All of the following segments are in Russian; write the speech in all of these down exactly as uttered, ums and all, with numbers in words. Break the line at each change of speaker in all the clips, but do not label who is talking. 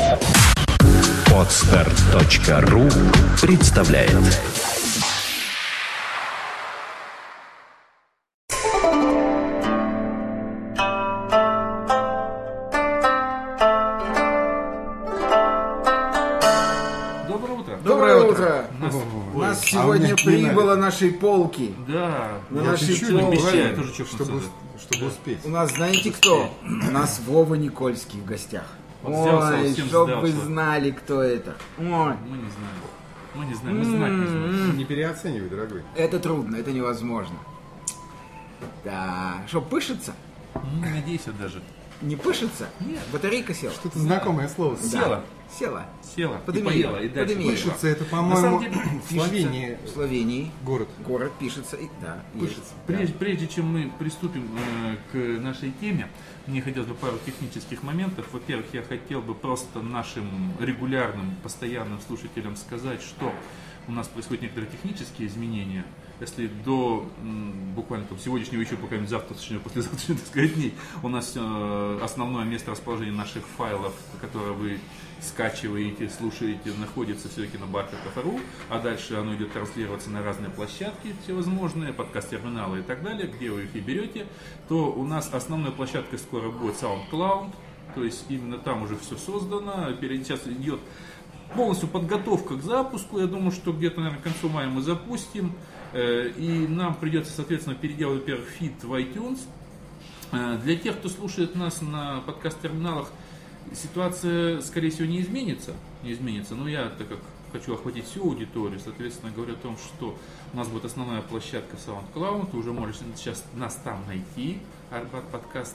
Подстер точка ру представляет.
Доброе утро.
Доброе утро.
Нас,
У нас сегодня
а
прибыло нашей полки.
Да,
На
я
нашей
чуть-чуть
полке.
обещаю, тоже чуть
чтобы, чтобы успеть.
У нас, знаете кто? У нас Вова Никольский в гостях.
Вот взялся,
Ой,
всем
чтоб
сдался.
вы знали, кто это. Ой,
Мы не знаем. Мы не знаем, мы знать не знаем.
Не переоценивай, дорогой.
это трудно, это невозможно. Да, что, пышется?
Не надейся даже.
Не пышется?
Нет.
Батарейка села?
Что-то знакомое слово.
Села.
Села.
Села.
Подыми
и поела,
ее,
и дальше
подыми ее.
пошла.
Пишется это,
На
по-моему,
самом деле,
в Словении
В Словении
город.
город пишется. и- Да,
Пышется.
есть.
Прежде, прежде чем мы приступим э, к нашей теме, мне хотелось бы пару технических моментов. Во-первых, я хотел бы просто нашим регулярным, постоянным слушателям сказать, что у нас происходят некоторые технические изменения. Если до м, буквально там, сегодняшнего еще, пока не завтрашнего, послезавтрашнего, так сказать, дней, у нас э, основное место расположения наших файлов, которые вы скачиваете, слушаете, находится все-таки на барка точка ру, а дальше оно идет транслироваться на разные площадки всевозможные, подкаст-терминалы и так далее, где вы их и берете, то у нас основной площадкой скоро будет SoundCloud, то есть именно там уже все создано, сейчас идет полностью подготовка к запуску, я думаю, что где-то, наверное, к концу мая мы запустим, и нам придется, соответственно, переделать, во-первых, фид в iTunes. Для тех, кто слушает нас на подкаст-терминалах, ситуация, скорее всего, не изменится, не изменится, но я, так как хочу охватить всю аудиторию, соответственно, говорю о том, что у нас будет основная площадка SoundCloud, вы уже можете сейчас нас там найти, Арбат подкаст,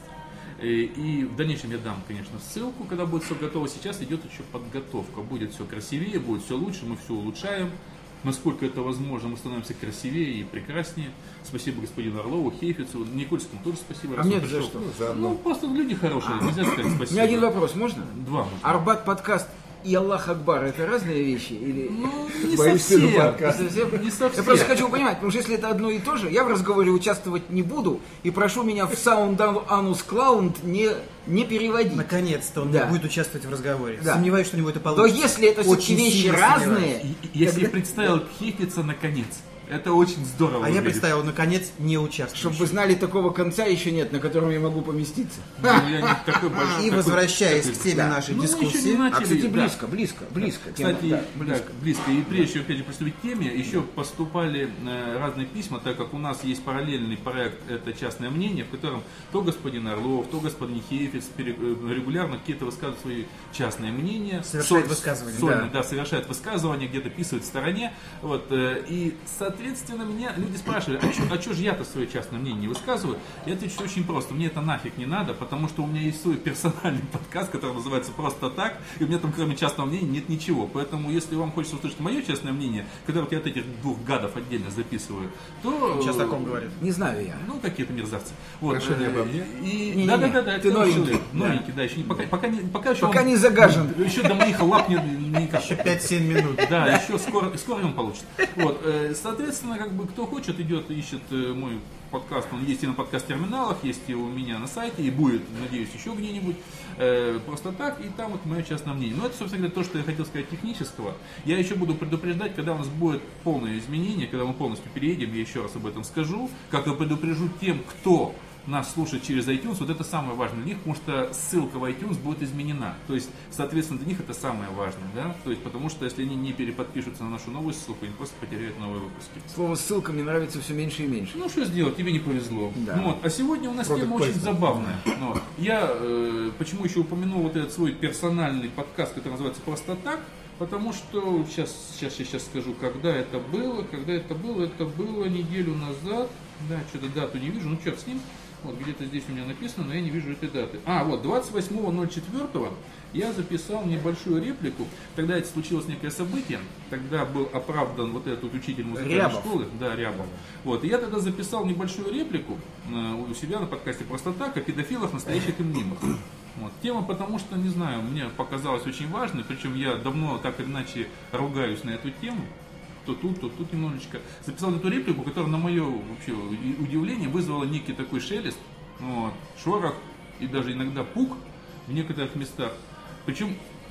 и в дальнейшем я дам, конечно, ссылку, когда будет все готово. Сейчас идет еще подготовка, будет все красивее, будет все лучше, мы все улучшаем. Насколько это возможно, мы становимся красивее и прекраснее. Спасибо господину Орлову, Хейфицу, Никольскому тоже спасибо.
А мне за что?
Ну, просто люди хорошие, нельзя сказать спасибо.
У меня один вопрос, можно?
Два, можно.
Арбат подкаст и Аллах Акбар — это разные вещи? Или...
Ну, не
Боюсь,
совсем.
это подкаст.
Совсем?
Не совсем.
Я просто хочу понимать, потому что если это одно и то же, я в разговоре участвовать не буду, и прошу меня в Sound Anus Cloud не, не переводить.
Наконец-то он
Да.
не будет участвовать в разговоре.
Да.
Сомневаюсь, что у него это
То
получится.
если это все-таки
Очень
вещи
сильно
разные,
сомневаюсь.
И- и Если представил Хейфица наконец, это очень здорово
А я
выглядит.
представил, наконец, не участвовать.
чтобы вы знали, такого конца еще нет, на котором я могу поместиться.
Ну, я не такой большой,
И
такой-
возвращаясь
такой-
к теме
Да.
нашей
Ну, мы еще не
дискуссии,
начали,
А, кстати,
да.
близко, близко, близко. Тема,
Кстати,
да,
да,
близко.
близко. И прежде чем опять же приступить к теме, еще поступали э, разные письма, так как у нас есть параллельный проект «Это частное мнение», в котором то господин Орлов, то господин Хейфиц пере- э, регулярно какие-то высказывают свои частные мнения.
Совершает
Соль-
высказывания,
сольно,
да.
да, совершает высказывания, где-то писывает в стороне. Вот, э, и, соответственно, меня люди спрашивали, а что же я-то свое частное мнение не высказываю? Я отвечу очень просто, мне это нафиг не надо, потому что у меня есть свой персональный подкаст, который называется «Просто так», и у меня там кроме частного мнения нет ничего. Поэтому, если вам хочется услышать мое частное мнение, когда вот я от этих двух гадов отдельно записываю, то...
сейчас о ком говорит.
Не знаю я.
Ну, какие-то мерзавцы. Вот.
Хорошо, не обо мне.
И...
Не-не-не,
Да, да, да, да,
ты
это
новенький.
человек. Новенький, да, еще не, пока, пока, не, пока еще
Пока
он-
не загажен.
Еще до моих лап не, никак.
Еще пять-семь минут.
Да, еще скоро, скоро он получит. Вот, э, соответственно, как бы кто хочет, идет, ищет э, мой подкаст. Он есть и на подкаст-терминалах, есть и у меня на сайте, и будет, надеюсь, еще где-нибудь. Э, просто так, и там вот мое частное мнение. Но это, собственно говоря, то, что я хотел сказать технического. Я еще буду предупреждать, когда у нас будет полное изменение, когда мы полностью переедем, я еще раз об этом скажу. Как я предупрежу тем, кто нас слушать через iTunes, вот это самое важное для них, потому что ссылка в iTunes будет изменена. То есть, соответственно, для них это самое важное, да? То есть, потому что если они не переподпишутся на нашу новую ссылку, они просто потеряют новые выпуски.
Слово ссылка мне нравится все меньше и меньше.
Ну, что сделать, тебе не повезло.
Да.
Ну, вот. А сегодня у нас
Product
тема очень
placement.
забавная. Ну, вот. Я э, почему еще упомянул вот этот свой персональный подкаст, который называется «Просто так», потому что, сейчас, сейчас, сейчас скажу, когда это было, когда это было, это было неделю назад, да, что-то дату не вижу, ну, черт с ним. Вот где-то здесь у меня написано, но я не вижу этой даты. А, вот, двадцать восьмого ноль четвёртого я записал небольшую реплику. Тогда это случилось некое событие. Тогда был оправдан вот этот вот учитель музыкальной
Рябов.
школы. Да, Рябов. Вот, и я тогда записал небольшую реплику э, у себя на подкасте «Просто так» о педофилах, настоящих и мнимых. Вот. Тема, потому что, не знаю, мне показалась очень важной, причем я давно так или иначе ругаюсь на эту тему. То тут, то тут немножечко. Записал эту реплику, которая на мое вообще удивление вызвала некий такой шелест, вот, шорох и даже иногда пук в некоторых местах. Причем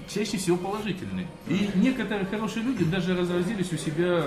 чаще всего положительные. И некоторые хорошие люди даже разразились у себя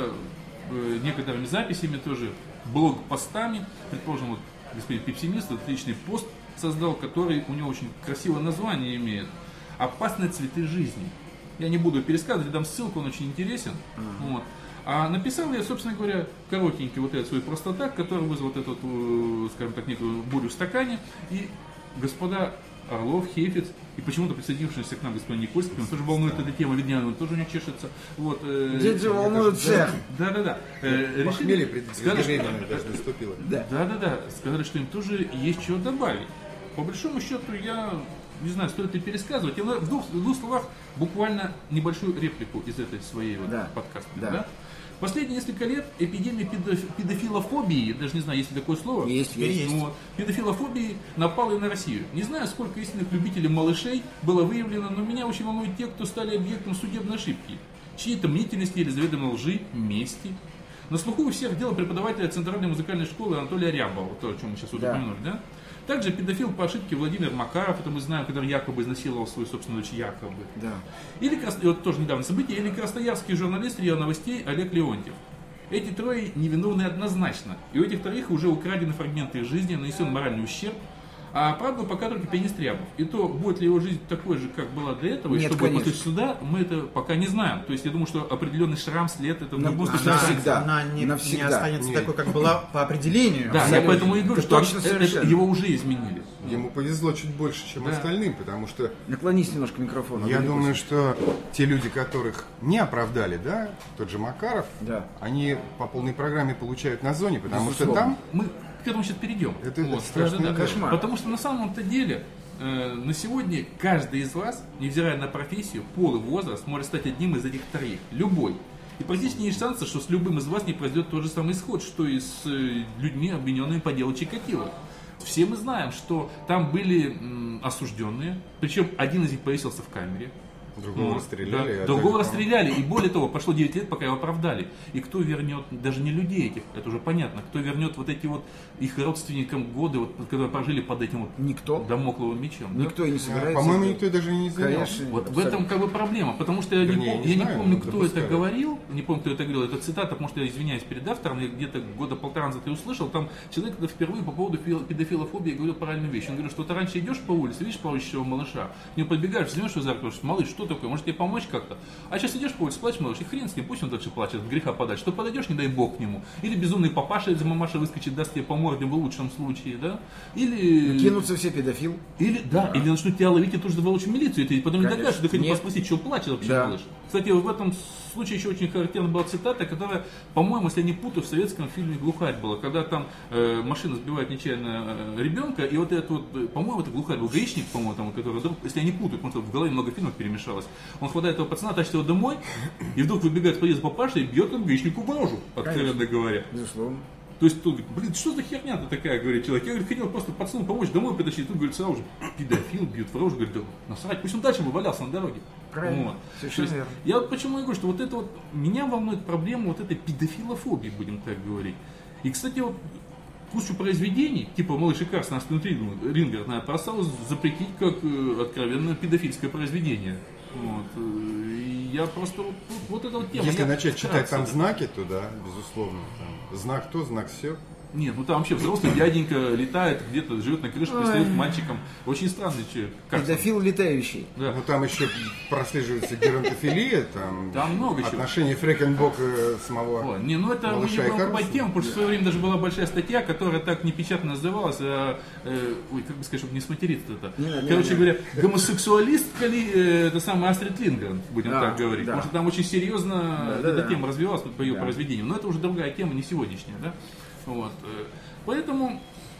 э, некоторыми записями тоже, блог-постами. Предположим, вот господин Пепсимист отличный пост создал, который у него очень красивое название имеет. «Опасные цветы жизни». Я не буду пересказывать, дам ссылку, он очень интересен. Uh-huh. Вот. А написал я, собственно говоря, коротенький вот этот свой просто так, который вызвал вот эту, скажем так, некую бурю в стакане. И господа Орлов, Хефиц, и почему-то присоединившийся к нам господин Никольский, он тоже волнует эта тема, видно, он тоже у него чешется. Вот, э,
Дети волнуют всех.
Да-да-да. Э,
Похмелье
решили,
преждевременно даже наступило.
Да-да-да. Сказали, что им тоже есть чего добавить. По большому счету, я не знаю, стоит ли пересказывать. Я в двух, в двух словах буквально небольшую реплику из этой своей вот
да.
подкаста.
Да.
Да? Последние несколько лет эпидемия педоф- педофилофобии, даже не знаю, есть ли такое слово,
есть, есть.
Но педофилофобии напала и на Россию. Не знаю, сколько истинных любителей малышей было выявлено, но меня очень волнуют те, кто стали объектом судебной ошибки, чьей-то мнительности или заведомой лжи, мести. На слуху у всех дело преподавателя Центральной музыкальной школы Анатолия Рябова, то, о чем мы сейчас уже
да.
упомянули, да? Также педофил по ошибке Владимир Макаров, это мы знаем, который якобы изнасиловал свою собственную дочь, якобы.
Да.
Или, вот тоже недавно событие, или красноярский журналист РИА Новостей Олег Леонтьев. Эти трое невиновны однозначно. И у этих троих уже украдены фрагменты их жизни, нанесен моральный ущерб. А правда пока только пианист Рябов. И то, будет ли его жизнь такой же, как была до этого,
Нет,
и что будет
конечно.
после суда, мы это пока не знаем. То есть я думаю, что определенный шрам, след, это в
На-
любом случае
на-
останется.
навсегда.
Она не, не
Навсегда.
останется
Нет.
такой, как была по определению.
Да, я
Абсолютно.
поэтому и говорю, что
Точно,
это-
совершенно.
его уже изменили.
Ему повезло чуть больше, чем
Да.
остальным, потому что
Наклонись немножко к микрофону.
я
далеко.
думаю, что те люди, которых не оправдали, да, тот же Макаров,
Да.
они по полной программе получают на зоне, потому
Безусловно.
что там
Мы к этому сейчас перейдем.
Это
Вот,
страшный
да, да, да.
кошмар.
Потому что на самом-то деле э, на сегодня каждый из вас, невзирая на профессию, пол и возраст, может стать одним из этих троих. Любой. И практически нет шанса, что с любым из вас не произойдет тот же самый исход, что и с э, людьми, обвиненными по делу Чикатило. Все мы знаем, что там были м, осужденные, причем один из них повесился в камере.
другого
Вот,
расстреляли.
да.
а
Другого
так,
расстреляли, и более того, прошло девять лет, пока его оправдали. И кто вернет, даже не людей этих, это уже понятно, кто вернет вот эти вот их родственникам годы, вот, которые прожили под этим вот
Никто.
дамокловым мечом. да?
Никто и не
а,
собирается.
По-моему,
это-
никто даже не занял.
Конечно.
Вот в
абсолютно.
этом как бы проблема, потому что я, не,
Вернее,
пом-
не
я не
знаю,
помню,
но
кто
допускаю.
это говорил, не помню, кто это говорил, это цитата, потому что я извиняюсь перед автором, я где-то года полтора назад я услышал, там человек, когда впервые по поводу фил- педофилофобии говорил правильную вещь. Он говорит, что ты раньше идешь по улице, видишь плачущего малыша, к нему подбегаешь, возьмешь его за руку, говоришь, малыш, что такое, может тебе помочь как-то? А сейчас идешь по улице, плачешь, малыш, и хрен с ним, пусть он дальше плачет, от греха подать, что подойдешь, не дай бог к нему. Или безумный папаша из мамаша выскочит, даст тебе по морде в лучшем случае, да? Или...
Кинутся все педофил.
Или, да, или начнут тебя ловить и тут же заволочь в милицию, и ты потом не
Конечно.
докажешь, ты хотел
Нет.
спросить, что плачет вообще
Да.
малыш. Кстати, в этом случае еще очень характерна была цитата, которая, по-моему, если я не путаю, в советском фильме «Глухарь» была, когда там э, машина сбивает нечаянно э, ребенка, и вот этот вот, э, по-моему, это «Глухарь» был гаишник, по-моему, там, который вдруг, если я не путаю, потому что в голове много фильмов перемешалось, он хватает этого пацана, тащит его домой, и вдруг выбегает с подъезда папаша и бьет он гаишнику в рожу, откровенно говоря.
Безусловно.
То есть тут, блин, что за херня-то такая, говорит человек. Я, говорит, хотел просто пацану помочь, домой притащить. Тут, говорит, сразу же педофил бьют в рожу. Говорит, да насрать, пусть он дальше бы валялся на дороге.
Правильно,
Вот.
совершенно
То есть,
верно.
я вот почему и говорю, что вот это вот, меня волнует проблема вот этой педофилофобии, будем так говорить. И, кстати, вот кучу произведений, типа «Малыш и Карс» Настен Рингер, наверное, осталось запретить как э, откровенно педофильское произведение. Вот. э, И я просто вот, вот, вот эта вот тема.
Если
я
начать читать
вкратце,
там
да.
знаки, то да, безусловно. Там, знак то, знак все.
Нет, ну там вообще взрослый дяденька летает где-то, живет на крыше, пристает к мальчикам. Очень странный человек. Карсон.
Педофил летающий.
Да.
Но там еще прослеживается геронтофилия, там,
Там много чего.
отношения Фрекенбока самого
О, не, ну это мы не
малыша и
будем
Карлсона.
покупать тему, потому что в свое время даже была большая статья, которая так непечатно называлась, а, э, ой, как бы сказать, чтобы не сматериться это.
Не, не,
Короче
не.
говоря, гомосексуалистка ли э, это самая Астрид Линдгрен, будем
Да,
так говорить.
да.
Потому что там очень серьезно
Да,
эта
да,
тема развивалась по ее
Да.
произведениям. Но это уже другая тема, не сегодняшняя, да. Вот. э, Поэтому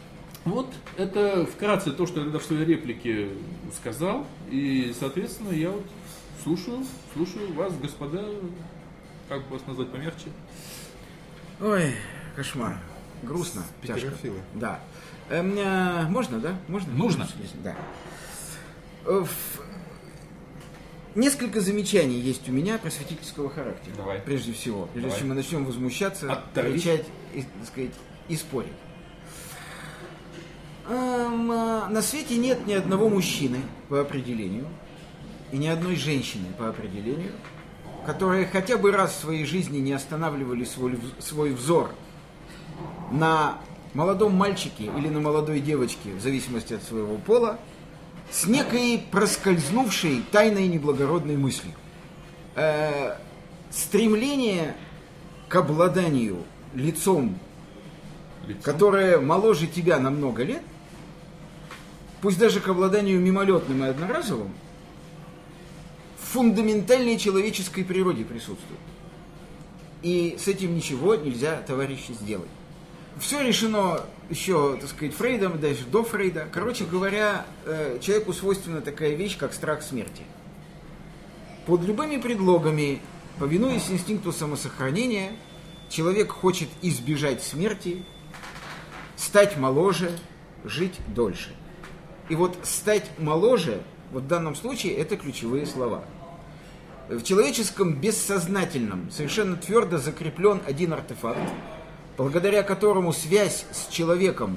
вот это вкратце то, что я тогда в своей реплике сказал. И, соответственно, я вот слушаю, слушаю вас, господа, как бы вас назвать помягче.
Ой, кошмар. Грустно, тяжко.
Педофилы.
Да. Э, меня... Можно, да? Можно?
Нужно.
Да. Э, в- Несколько замечаний есть у меня просветительского характера.
Давай.
Прежде всего. Прежде
Давай.
чем мы начнем возмущаться,
Оторвись.
кричать и, так сказать, и спорить. Эм, а, на свете нет ни одного мужчины по определению, и ни одной женщины по определению, которые хотя бы раз в своей жизни не останавливали свой, свой взор на молодом мальчике или на молодой девочке, в зависимости от своего пола, с некой проскользнувшей тайной неблагородной мыслью. Э, стремление к обладанию лицом, лицом, которое моложе тебя на много лет, пусть даже к обладанию мимолетным и одноразовым, в фундаментальной человеческой природе присутствует. И с этим ничего нельзя, товарищи, сделать. Все решено еще, так сказать, Фрейдом, даже до Фрейда. Короче говоря, человеку свойственна такая вещь, как страх смерти. Под любыми предлогами, повинуясь инстинкту самосохранения, человек хочет избежать смерти, стать моложе, жить дольше. И вот стать моложе, вот в данном случае, это ключевые слова. В человеческом бессознательном совершенно твердо закреплен один артефакт, благодаря которому связь с человеком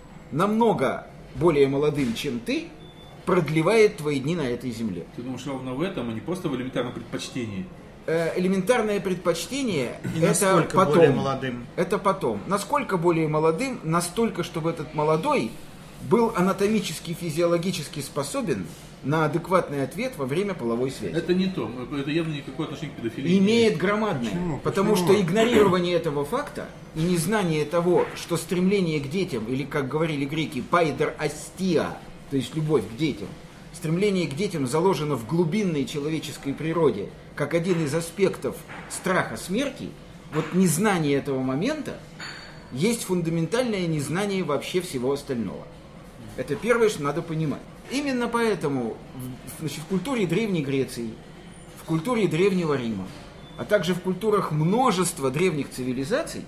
намного более молодым, чем ты, продлевает твои дни на этой земле.
Ты думаешь, ровно в этом, а не просто в элементарном предпочтении?
Элементарное предпочтение –
И
это
насколько
потом.
более молодым?
Это потом. Насколько более молодым, настолько, чтобы этот молодой был анатомически, физиологически способен на адекватный ответ во время половой связи.
Это не то. Это явно никакое отношение к педофилии.
Имеет громадное.
Почему?
Потому
Почему?
что игнорирование этого факта и незнание того, что стремление к детям, или, как говорили греки, пайдер астия, то есть любовь к детям, стремление к детям заложено в глубинной человеческой природе, как один из аспектов страха смерти, вот незнание этого момента есть фундаментальное незнание вообще всего остального. Это первое, что надо понимать. Именно поэтому значит, в культуре Древней Греции, в культуре Древнего Рима, а также в культурах множества древних цивилизаций,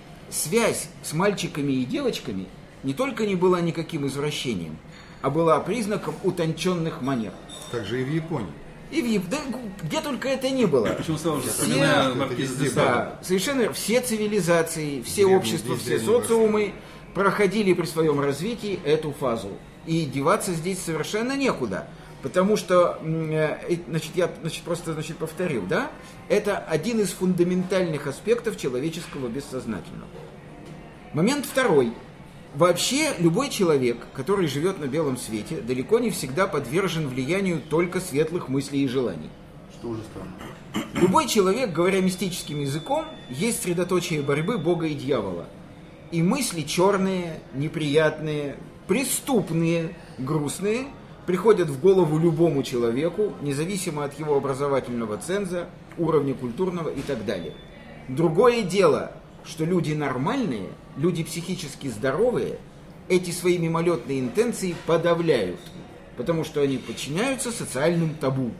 связь с мальчиками и девочками не только не была никаким извращением, а была признаком утонченных манер.
Также и в Японии.
И в Яп- да, где только это ни было.
Почему сразу же
Все-
вспоминаю
это
Маркиза
везде
де Сада?
Да, совершенно все цивилизации, все
Древние,
общества,
везде
все
они
социумы проходили при своем развитии эту фазу. И деваться здесь совершенно некуда. Потому что, э, значит, я значит, просто значит, повторю, да, это один из фундаментальных аспектов человеческого бессознательного. Момент второй. Вообще, любой человек, который живет на белом свете, далеко не всегда подвержен влиянию только светлых мыслей и желаний.
Что уже странно.
Любой человек, говоря мистическим языком, есть средоточие борьбы Бога и дьявола. И мысли черные, неприятные, преступные, грустные приходят в голову любому человеку, независимо от его образовательного ценза, уровня культурного и так далее. Другое дело, что люди нормальные, люди психически здоровые, эти свои мимолетные интенции подавляют, потому что они подчиняются социальным табу.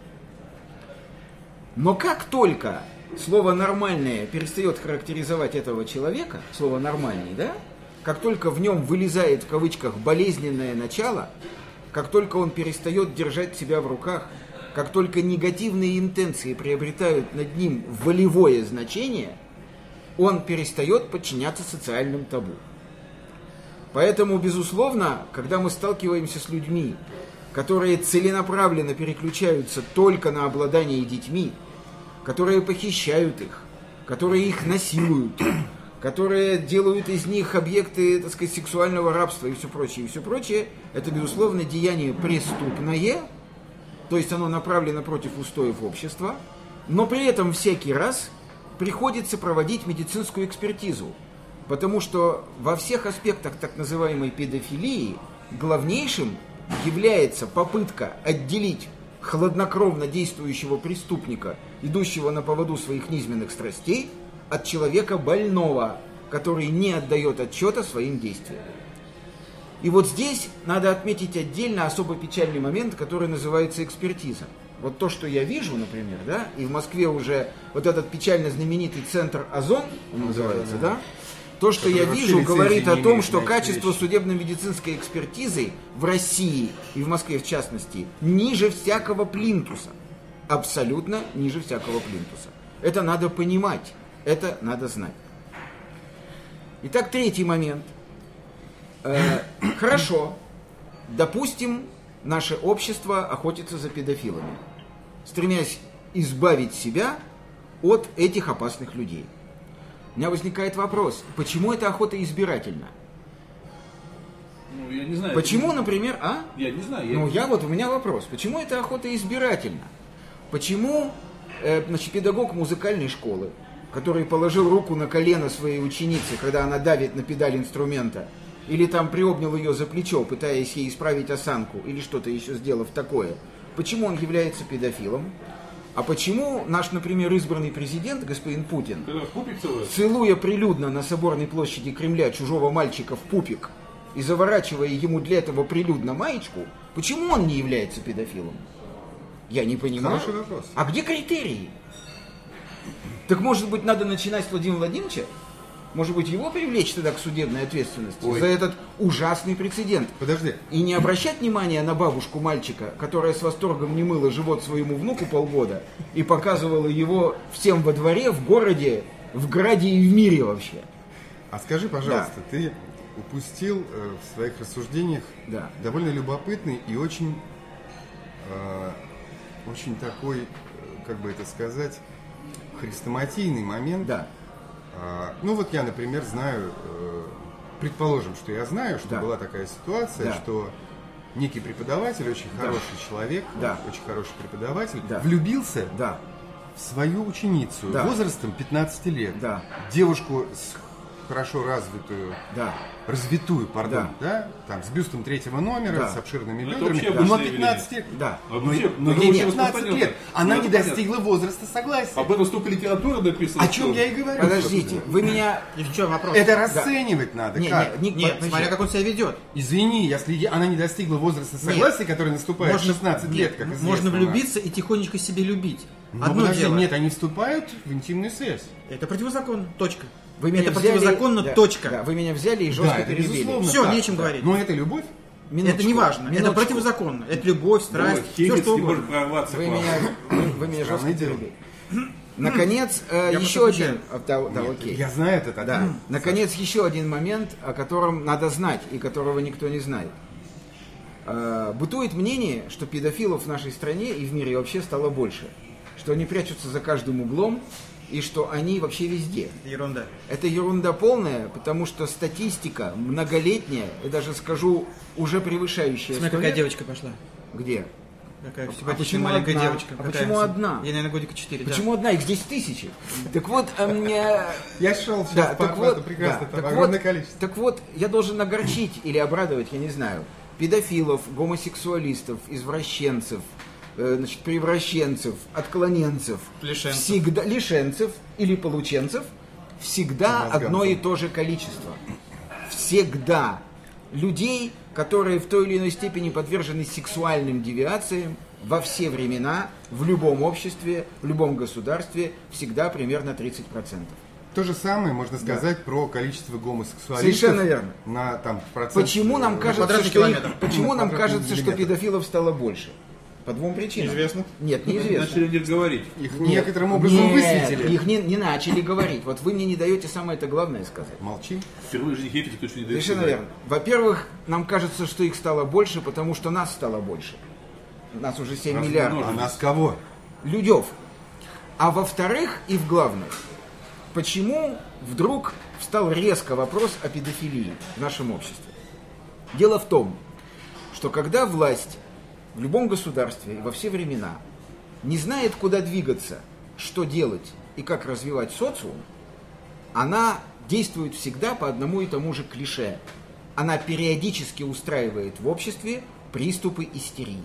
Но как только слово «нормальное» перестает характеризовать этого человека, слово «нормальный», да? Как только в нем вылезает, в кавычках, болезненное начало, как только он перестает держать себя в руках, как только негативные интенции приобретают над ним волевое значение, он перестает подчиняться социальным табу. Поэтому, безусловно, когда мы сталкиваемся с людьми, которые целенаправленно переключаются только на обладание детьми, которые похищают их, которые их насилуют, которые делают из них объекты, так сказать, сексуального рабства и все прочее, и все прочее, это, безусловно, деяние преступное, то есть оно направлено против устоев общества, но при этом всякий раз приходится проводить медицинскую экспертизу, потому что во всех аспектах так называемой педофилии главнейшим является попытка отделить хладнокровно действующего преступника, идущего на поводу своих низменных страстей, от человека больного, который не отдает отчета своим действиям. И вот здесь надо отметить отдельно особо печальный момент, который называется экспертиза. Вот то, что я вижу, например, да, и в Москве уже вот этот печально знаменитый центр «Озон», он называется, да, да? То, что
Который
я
вообще
вижу,
лицензии
говорит
не
о том,
имеет
что
на эти
качество
вещи.
судебно-медицинской экспертизы в России и в Москве в частности ниже всякого плинтуса. Абсолютно ниже всякого плинтуса. Это надо понимать, это надо знать. Итак, третий момент. Э, хорошо, допустим, наше общество охотится за педофилами. стремясь избавить себя от этих опасных людей. У меня возникает вопрос, почему эта охота избирательна?
Ну, я не знаю.
Почему, например, а?
Я не знаю. Я...
Ну, я вот, у меня вопрос, почему эта охота избирательна? Почему, э, значит, педагог музыкальной школы, который положил руку на колено своей ученицы, когда она давит на педаль инструмента, или там приобнял ее за плечо, пытаясь ей исправить осанку, или что-то еще сделав такое, почему он является педофилом? А почему наш, например, избранный президент, господин Путин, целуя прилюдно на Соборной площади Кремля чужого мальчика в пупик и заворачивая ему для этого прилюдно маечку, почему он не является педофилом? Я не понимаю.
Хороший вопрос.
А где критерии? Так, может быть, надо начинать с Владимира Владимировича? Может быть, его привлечь тогда к судебной ответственности
Ой.
за этот ужасный прецедент?
Подожди.
И не обращать внимания на бабушку мальчика, которая с восторгом не мыла живот своему внуку полгода и показывала его всем во дворе, в городе, в городе и в мире вообще.
А скажи, пожалуйста, да. ты упустил э, в своих рассуждениях
Да.
довольно любопытный и очень, э, очень такой, э, как бы это сказать, хрестоматийный момент.
Да.
А, ну вот я, например, знаю, э, предположим, что я знаю, что
Да.
была такая ситуация,
Да.
что некий преподаватель, очень
Да.
хороший человек,
Да.
очень хороший преподаватель,
Да.
влюбился
Да,
в свою ученицу
Да.
возрастом пятнадцати лет.
Да.
Девушку с хорошо развитую,
да,
развитую, пардон, да. там с бюстом третьего номера,
Да.
с обширными
Ну, это
бедрами,
вообще
но
обычное
пятнадцать лет.
да.
А
Но,
вообще,
но
это
ей
очень
пятнадцать
распространенно.
лет, она
Ну,
не
это
достигла возраста согласия.
Об этом столько литературы написано.
О чем я и говорю.
Подождите, вы меня...
И в чем вопрос?
Это расценивать надо.
Не,
как?
не, не,
Нет,
подожди.
смотря как он себя ведет.
Извини, если е- она не достигла возраста согласия, который наступает в шестнадцать лет, как известно.
Можно
у нас.
влюбиться и тихонечко себе любить.
Но
Одно
подожди,
дело.
нет, они вступают в интимную связь.
Это противозаконно. Точка.
Вы меня
это
взяли-
противозаконно.
да,
Точка.
да, вы меня взяли и жестко
Да, это
перебили.
безусловно.
Все,
так.
нечем говорить.
Но это любовь?
Минуточку,
Это не важно. Это
минуточку.
противозаконно. Это любовь, страсть,
Вот,
все
Химец
что
не может
угодно.
прорваться
Вы
к вам.
меня, вы, вы меня жестко
Странное дело.
перебили. Наконец, э,
Я
еще
просто
один... а, Да, да, окей.
Я знаю этот
Да.
ответ.
Наконец, еще один момент, о котором надо знать и которого никто не знает. Э, Бытует мнение, что педофилов в нашей стране и в мире вообще стало больше. Что они прячутся за каждым углом и что они вообще везде.
Ерунда.
Это ерунда полная, потому что статистика многолетняя, и даже скажу, уже превышающая
Смотри,
сто
какая
лет.
девочка пошла.
Где?
Какая
А
симпатичная
почему
маленькая
одна?
девочка.
А
Какая
почему
сим-
одна?
Ей, наверное, годика четыре. да.
Почему одна? Их здесь тысячи. Так вот, а мне...
Я шел сейчас
Да,
по
так
охвату
вот,
прекрасно,
да,
там
так
огромное
вот,
количество.
Так вот, я должен огорчить или обрадовать, я не знаю, педофилов, гомосексуалистов, извращенцев, э, значит, превращенцев, отклоненцев,
Лишенцев.
всегда, лишенцев или полученцев, всегда
Мозганцев.
одно и то же количество. Всегда. Людей, которые в той или иной степени подвержены сексуальным девиациям, во все времена, в любом обществе, в любом государстве, всегда примерно тридцать процентов.
То же самое можно сказать про количество гомосексуалистов.
Совершенно верно.
На там процент.
Почему нам
э,
кажется,
квадратный
что, их-
километр.
почему нам
Квадратный
кажется, что
миллиметр.
педофилов стало больше? По двум причинам.
Неизвестно.
Нет, неизвестно.
Начали о них говорить.
Их
Нет,
некоторым образом
нет,
высветили.
Их не, не начали говорить. Вот вы мне не даете самое-то главное сказать.
Молчи.
Впервые в жизни хейтите, кто что не дает
Совершенно
сказать.
верно. Во-первых, нам кажется, что их стало больше, потому что нас стало больше. Нас уже семь
Раз
миллиардов.
много.
А нас кого?
Людев. А во-вторых и в главных, почему вдруг встал резко вопрос о педофилии в нашем обществе? Дело в том, что когда власть в любом государстве и во все времена не знает, куда двигаться, что делать и как развивать социум, она действует всегда по одному и тому же клише. Она периодически устраивает в обществе приступы истерии.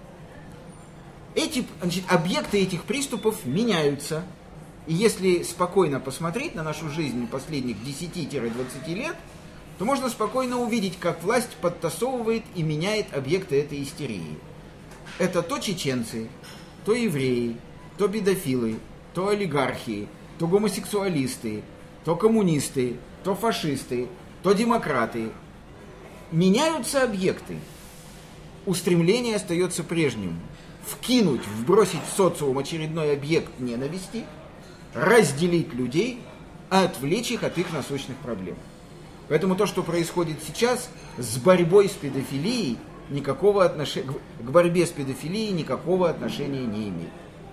Эти, значит, объекты этих приступов меняются. И если спокойно посмотреть на нашу жизнь последних десяти-двадцати лет, то можно спокойно увидеть, как власть подтасовывает и меняет объекты этой истерии. Это то чеченцы, то евреи, то педофилы, то олигархи, то гомосексуалисты, то коммунисты, то фашисты, то демократы. Меняются объекты. Устремление остается прежним. Вкинуть, вбросить в социум очередной объект ненависти, разделить людей, а отвлечь их от их насущных проблем. Поэтому то, что происходит сейчас с борьбой с педофилией, никакого отношения, к борьбе с педофилией никакого отношения не имеет.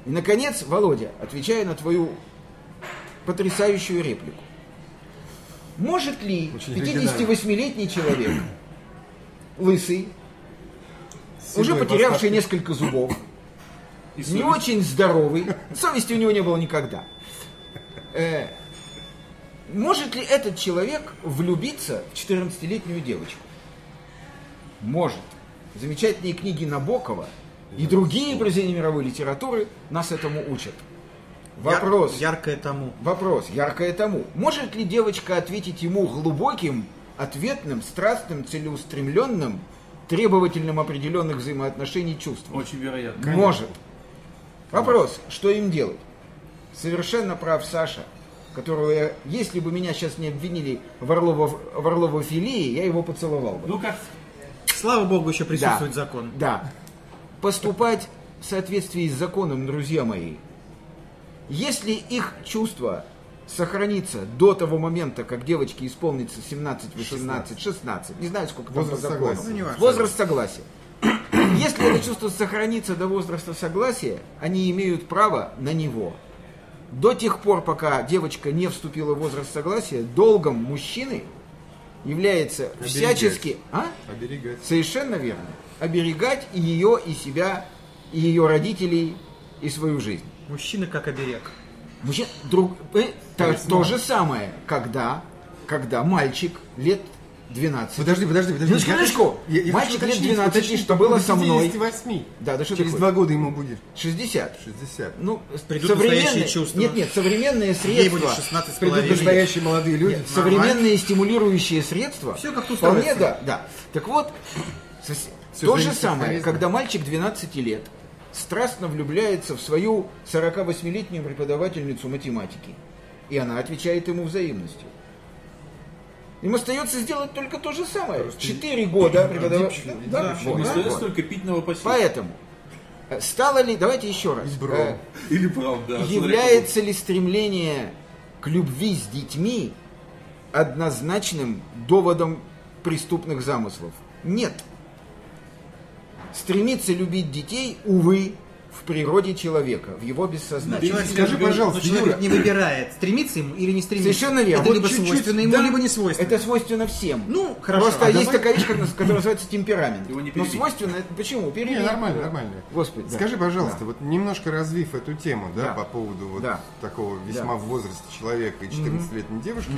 И, наконец, Володя, отвечая на твою потрясающую реплику. Может ли
Очень
пятидесятивосьмилетний человек, лысый, уже
Седой
потерявший
восставший.
несколько зубов,
И
не
совесть.
очень здоровый, совести у него не было никогда, э, может ли этот человек влюбиться в четырнадцатилетнюю девочку? Может. Замечательные книги Набокова и другие произведения мировой литературы нас этому учат. Вопрос.
Яр- яркое тому.
Вопрос, яркое тому. Может ли девочка ответить ему глубоким, ответным, страстным, целеустремленным, требовательным определенных взаимоотношений чувством?
Очень вероятно.
Может. Вопрос, что им делать? Совершенно прав Саша, которого я, если бы меня сейчас не обвинили в, Орлово, в Орловофилии, я его поцеловал бы.
Ну как?
Слава богу, еще присутствует
Да.
закон.
Да. Поступать в соответствии с законом, друзья мои. Если их чувство сохранится до того момента, как девочке исполнится семнадцать, восемнадцать, шестнадцать, не знаю, сколько там по
Возраст
закону.
согласия.
Ну, не важно.
Возраст согласия. Если это чувство сохранится до возраста согласия, они имеют право на него. До тех пор, пока девочка не вступила в возраст согласия, долгом мужчины является
Оберегать.
всячески... А?
Оберегать.
Совершенно верно. Оберегать и ее, и себя, и ее родителей, и свою жизнь.
Мужчина как оберег.
Мужчина, друг, э, то, то же самое, когда, когда мальчик лет двенадцати.
Подожди, подожди, подожди.
Ну, секундочку.
Я- я
Мальчик
хочу
лет
уточнить,
двенадцати,
уточнить
что
по
было
поводу
со мной.
пятидесяти восьми.
Да, да что
Через
такое?
два года ему будет
шестьдесят.
шестьдесят.
Ну,
Придут
современные,
настоящие чувства.
нет, нет, современные
Ей
средства,
будет шестнадцать с
Придут
половиной.
настоящие молодые люди.
нет, современные стимулирующие средства,
Всё как тут
вполне,
устроится.
да, да. Так вот, сос-
Всё
то же
зависит от
самое,
харизмы.
когда мальчик двенадцати лет страстно влюбляется в свою сорокавосьмилетнюю преподавательницу математики, и она отвечает ему взаимностью. Им остается сделать только то же самое. Четыре года преподаватель.
Дипчик,
Да,
дипчик.
вот,
Не
да,
остается
вот.
только пить новопосил.
Поэтому, э, стало ли, давайте еще раз,
И бром.
э,
Или бром, да.
является ли стремление к любви с детьми однозначным доводом преступных замыслов? Нет. Стремиться любить детей, увы, в природе человека, в его бессознательном.
Человек,
Скажи,
но
пожалуйста,
человек
Юра.
не выбирает, стремиться ему или не стремиться.
Совершенно верно.
Это
Вот
либо
чуть-чуть,
свойственно ему,
да.
либо не свойственно.
Это свойственно всем.
Ну, хорошо.
Просто
А
есть
давай-
такая вещь, как, нас- которая называется темперамент.
Его не
Но
перебить.
свойственно, это почему?
Не,
Перебить.
нормально, нормально.
Господи, да.
Скажи, пожалуйста,
Да.
вот немножко развив эту тему, да,
Да.
по поводу вот
Да.
такого весьма
Да.
в возрасте человека и четырнадцатилетней девушки,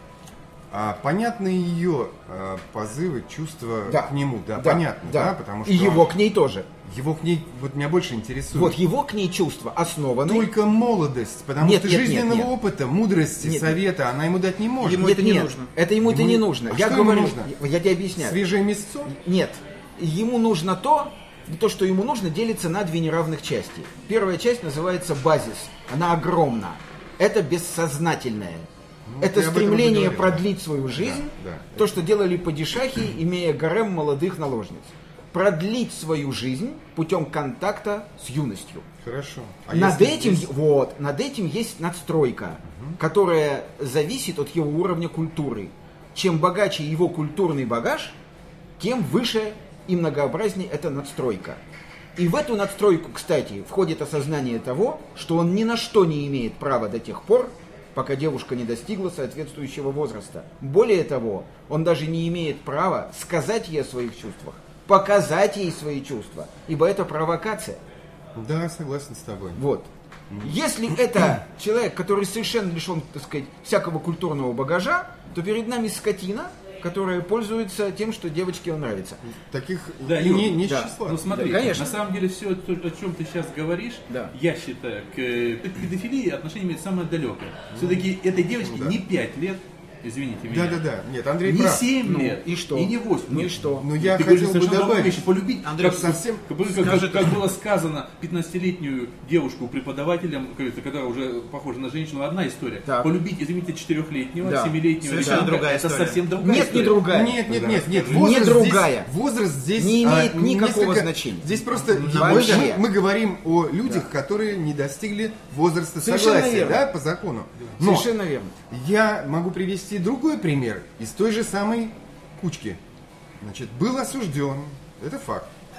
а, понятны ее а, позывы, чувства
Да.
к нему, да,
Да,
понятно, да,
да.
потому что
И его к ней тоже.
его к ней, вот меня больше интересует.
Вот его к ней чувства основаны.
Только молодость, потому
Нет,
что
нет, нет,
жизненного
нет.
опыта, мудрости,
Нет.
совета она ему дать не может.
Ему
Нет,
это не
нет,
нужно.
Это ему, это
Ему
не
не-
нужно.
А
я
что ему
говорю,
нужно?
я, я тебе объясняю.
Свежее мясцо?
Нет, ему нужно то, то, что ему нужно, делится на две неравных части. Первая часть называется базис. Она огромна. Это бессознательное.
Ну,
Это
ты об этом уже
стремление
говорил,
продлить свою жизнь.
Да, да.
То, что делали падишахи, имея гарем молодых наложниц. Продлить свою жизнь путем контакта с юностью.
Хорошо. А
над
если
этим,
здесь-
вот, над этим есть надстройка, которая зависит от его уровня культуры. Чем богаче его культурный багаж, тем выше и многообразнее эта надстройка. И в эту надстройку, кстати, входит осознание того, что он ни на что не имеет права до тех пор, пока девушка не достигла соответствующего возраста. Более того, он даже не имеет права сказать ей о своих чувствах, показать ей свои чувства, ибо это провокация.
Да, согласен с тобой.
Вот. Если это человек, который совершенно лишен, так сказать, всякого культурного багажа, то перед нами скотина, которая пользуется тем, что девочке он нравится.
Таких
Да,
и
Юр,
не, не
да.
числа.
Ну смотри,
Да, конечно.
на самом деле все, о чем ты сейчас говоришь,
Да.
я считаю, к э, педофилии отношение имеет самое далекое. Все-таки этой девочке
да.
не пять лет, извините меня,
Да-да-да. Нет, Андрей
не
прав.
семь
Ну,
лет,
и что?
и не восемь.
Ну и
Нет.
что?
Ну, я
Ты
хотел
говоришь
бы
совершенно другую
добавить.
вещь. Полюбить,
Андрей,
как,
совсем-
как, как-
скажи
как
так.
было сказано, пятнадцатилетнюю девушку преподавателем, кажется, которая уже похожа на женщину, одна история.
Так.
Полюбить, извините, четырехлетнего,
Да.
семилетнего
Совершенно
ребенка,
другая
это
история.
совсем другая
Нет,
история.
не другая.
Нет, нет,
Да,
нет, нет.
расскажи.
Возраст
Не
здесь-
другая.
возраст здесь
Не имеет
а,
никакого
несколько-
значения.
Здесь просто
На
мы,
мой взгляд.
мы говорим о людях, которые не достигли возраста
Совершенно
согласия,
верно.
да, по закону. Но
Совершенно верно.
я могу привести другой пример из той же самой кучки. Значит, был осужден, это факт,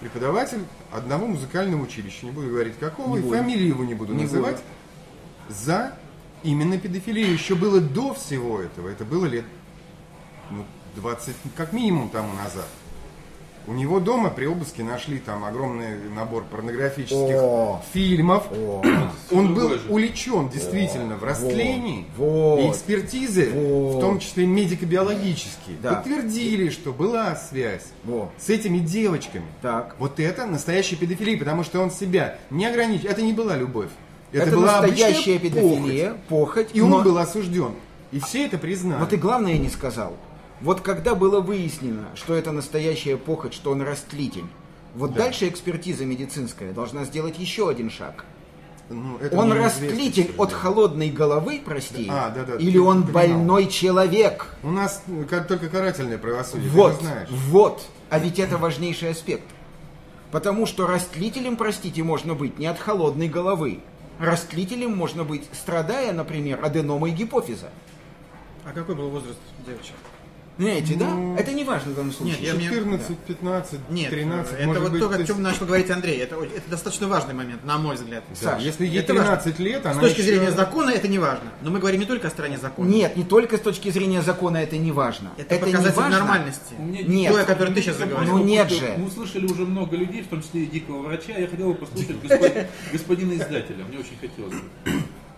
преподаватель одного музыкального училища, не буду говорить какого,
Не
и
буду.
фамилию его не буду
Не
называть,
буду.
за именно педофилию. Еще было до всего этого, это было лет ну, двадцать, как минимум, тому назад. У него дома при обыске нашли там огромный набор порнографических
О.
фильмов.
О.
Он был
Другое же.
увлечен действительно в растлении.
Вот.
И экспертизы,
Вот.
в том числе медико-биологические,
Да.
подтвердили, что была связь
Вот.
с этими девочками.
Так.
Вот это настоящая педофилия, потому что он себя не ограничил. Это не была любовь. Это,
Это
была
настоящая
обычная
педофилия,
похоть.
похоть.
И он
но-
был осужден. И все это признали.
Но ты главное не сказал. Вот когда было выяснено, что это настоящая похоть, что он растлитель, вот
Да.
дальше экспертиза медицинская должна сделать еще один шаг.
Ну, это
Он
мне
растлитель
известно,
от
да.
холодной головы, прости,
А, да, да,
или
ты
он
упоминал.
больной человек?
У нас ну, как только карательное правосудие,
Вот,
ты же знаешь.
вот. А ведь это важнейший аспект. Потому что растлителем, простите, можно быть не от холодной головы. Растлителем можно быть, страдая, например, аденомой гипофиза.
А какой был возраст девочек?
Понимаете,
Ну,
да? Это не важно в данном случае.
Нет, я мне-
четырнадцать, пятнадцать,
Нет,
тринадцать,
это
может
вот
быть,
то,
то
о
есть-
чем начал говорить Андрей. Это, это достаточно важный момент, на мой взгляд.
Да,
Саш,
если ей
это важно.
тринадцать лет, она
С точки
еще-
зрения закона это не важно. Но мы говорим не только о стороне закона.
Нет, не только с точки зрения закона это не важно.
Это,
не
показатель
важно.
нормальности.
У меня
Нет.
То, о котором ты сейчас заговорил.
Ну нет же.
Мы услышали уже много людей, в том числе и дикого врача. Я хотел бы послушать господ- господина издателя. Мне очень хотелось бы.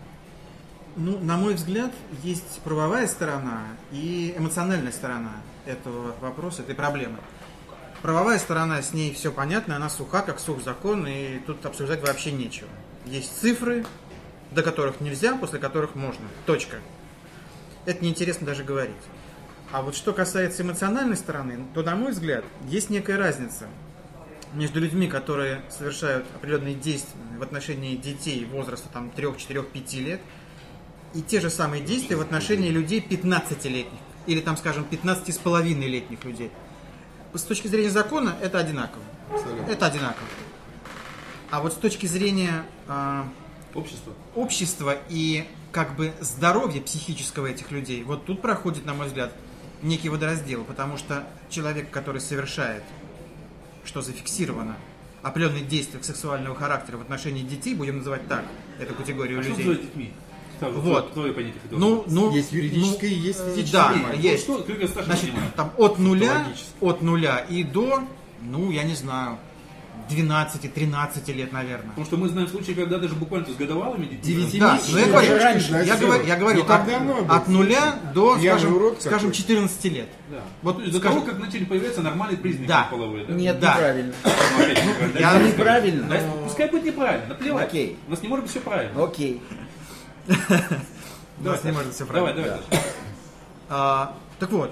Ну, на мой взгляд, есть правовая сторона и эмоциональная сторона этого вопроса, этой проблемы. Правовая сторона, с ней все понятно, она суха, как сух закон, и тут обсуждать вообще нечего. Есть цифры, до которых нельзя, после которых можно. Точка. Это неинтересно даже говорить. А вот что касается эмоциональной стороны, то, на мой взгляд, есть некая разница между людьми, которые совершают определенные действия в отношении детей возраста там, три, четыре, пять лет, и те же самые действия в отношении людей пятнадцатилетних или, там, скажем, пятнадцати с половиной летних людей. С точки зрения закона это одинаково.
Абсолютно.
Это одинаково. А вот с точки зрения а,
Общество.
общества и как бы здоровья психического этих людей, вот тут проходит, на мой взгляд, некий водораздел, потому что человек, который совершает, что зафиксировано, определенные действия сексуального характера в отношении детей, будем называть так, эту категорию
А что
людей.
называют детьми? Сразу,
Вот.
Твое понятие хотел
Ну,
узнать.
ну,
Есть юридическое
ну,
и есть
э,
физическое.
Да,
понимание.
есть.
Что, как Саша
Значит,
понимает?
там от нуля,
Патологически.
от нуля и до, ну, я не знаю, двенадцати-тринадцати лет, наверное.
Потому что мы знаем случаи, когда даже буквально с годовалыми детьми.
Девяти
Да,
месяцев
но я
уже
говорю,
раньше,
я,
значит,
говорю, я говорю
не так
от,
давно был.
от нуля до,
Пьяный
скажем,
урод
скажем,
какой-то.
четырнадцати лет.
Да.
Вот,
Вот из-за
скажем-
того, как начали появляться нормальные признаки
Да.
половые. Да?
Нет,
Да.
неправильно.
Ну, опять неправильно.
я-
Да,
Ну, неправильно.
Да, пускай будет неправильно, наплевать.
Окей.
У нас не может быть все правильно.
Окей.
У нас не может все
Давай,
правильно.
давай. Саша.
А, так вот,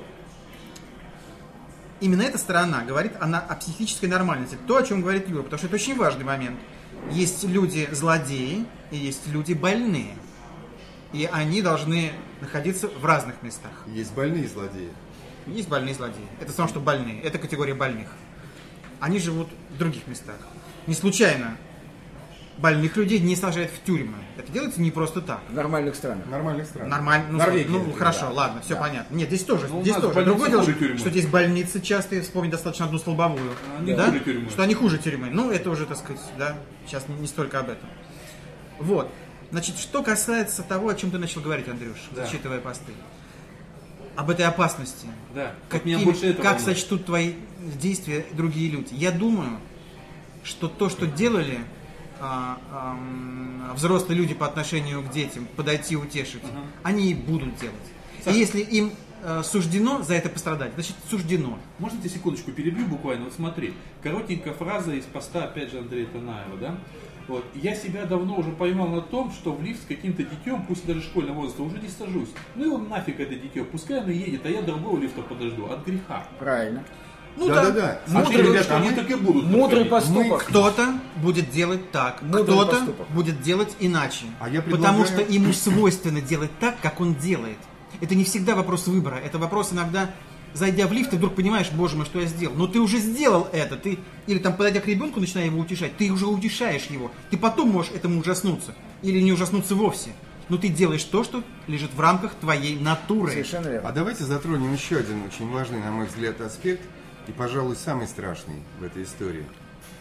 именно эта сторона говорит она о психической нормальности. То, о чем говорит Юра, потому что это очень важный момент. Есть люди злодеи и есть люди больные. И они должны находиться в разных местах.
Есть больные злодеи.
Есть больные злодеи. Это само, что больные. Это категория больных. Они живут в других местах. Не случайно больных людей не сажают в тюрьмы. Это делается не просто так.
В нормальных странах.
Нормальных стран.
Нормально. Ну,
Норвегия,
ну,
например,
хорошо,
да.
ладно, все
Да.
понятно. Нет, здесь тоже,
Ну, у
здесь
нас
тоже.
больницы
Другое дело,
хуже тюрьмы.
что здесь больницы часто, вспомнить достаточно одну столбовую.
Они
да?
хуже тюрьмы.
Что они хуже тюрьмы. Ну, это уже, так сказать, да, сейчас не, не столько об этом. Вот. Значит, что касается того, о чем ты начал говорить, Андрюш,
Да.
зачитывая посты. Об этой опасности.
Да. Как меня
Каким-
больше этого
как
волнует.
сочтут твои действия другие люди? Я думаю, что то, что делали а, ам, взрослые люди по отношению к детям, подойти утешить, они и будут делать.
Саша.
И если им а, суждено за это пострадать, значит суждено.
Можно тебе секундочку перебью буквально? Вот смотри, коротенькая фраза из поста, опять же, Андрея Танаева, да? Вот. Я себя давно уже поймал на том, что в лифт с каким-то детем, пусть даже школьного возраста, уже не сажусь. Ну его нафиг это дитё, пускай оно едет, а я другого лифта подожду, от греха.
Правильно.
Ну
Да-да-да.
А
Мудрый,
что,
ребята,
что они
мы-
так и будут.
Мудрый
подходить?
поступок.
Кто-то будет делать так,
Мудрый
кто-то
поступок.
будет делать иначе.
А я
Потому
предлагаю-
что ему свойственно делать так, как он делает. Это не всегда вопрос выбора, это вопрос иногда, зайдя в лифт, ты вдруг понимаешь, боже мой, что я сделал. Но ты уже сделал это, ты, или там подойдя к ребенку, начиная его утешать, ты уже утешаешь его. Ты потом можешь этому ужаснуться, или не ужаснуться вовсе. Но ты делаешь то, что лежит в рамках твоей натуры.
Совершенно верно.
А давайте затронем еще один очень важный, на мой взгляд, аспект, и, пожалуй, самый страшный в этой истории.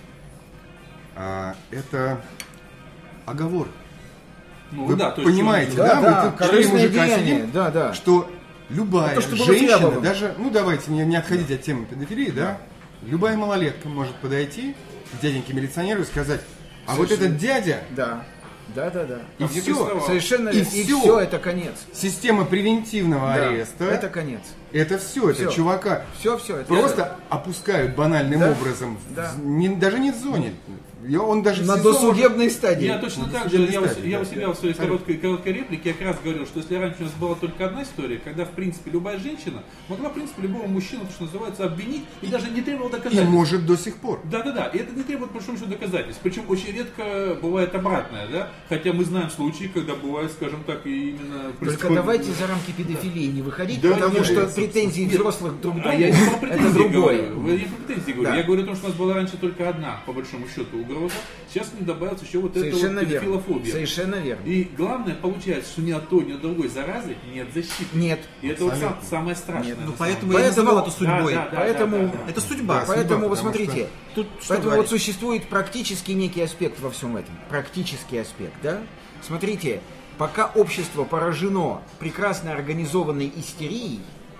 а, это оговор.
Ну,
Вы
да, то есть,
понимаете,
что-
да?
Да,
Мы
да,
тут четыре
корыстное
мужика
деяние,
сидим,
да, да.
что любая
Это что было с
женщина,
Рябовым.
даже, ну давайте не, не отходить от темы педофилии, да, любая малолетка может подойти к дяденьке милиционеру и сказать, а вот
Совершенно.
этот дядя,
Да, да, да, да.
и
Как не
все,
приставал.
Совершенно
И
верно. И
всё.
все, это конец.
система превентивного
Да,
ареста,
это конец.
это все, это
Всё.
чувака
Все, все. Это
просто опускают банальным
Да.
образом, в-
Да.
не- даже не в зоне, И он даже в
на
СИЗО
досудебной стадии.
Я точно
Ну,
так же,
судебной
я, у-
стадии,
я
да.
у себя в своей короткой, короткой реплике я как раз говорил, что если раньше у нас была только одна история, когда, в принципе, любая женщина могла, в принципе, любого мужчину, то, что называется, обвинить и даже не требовала
и
доказательств.
может до сих пор.
Да-да-да, и это не требует, по большому счету, доказательств. Причем очень редко бывает обратное, да? Хотя мы знаем случаи, когда бывает, скажем так, и именно...
Только
происходит-
давайте за рамки педофилии не выходить,
Да,
потому
нет,
что
нет,
претензии
нет.
взрослых друг к другу
А я не про
это
претензии
другое.
говорю. Я не про претензии говорю.
Да.
Я говорю о том, что у нас была раньше только одна, по большому счету, угроза. Сейчас к ним добавится еще вот эта вот
Совершенно верно.
педофилофобия.
Совершенно верно.
И главное, получается, что ни от той, ни от другой заразы нет защиты.
Нет.
И это вот сам-
Абсолютно.
самое страшное.
Нет.
на
Ну,
самом
поэтому
деле.
я называл это
Поэтому-
судьбой.
Да, да,
Поэтому,
да, да, да.
Это судьба.
Да,
поэтому
судьба,
вот
потому
смотрите,
Тут что
поэтому вот
говорить?
существует практический некий аспект во всем этом. Практический аспект, да? Смотрите, пока общество поражено прекрасно организованной истерией,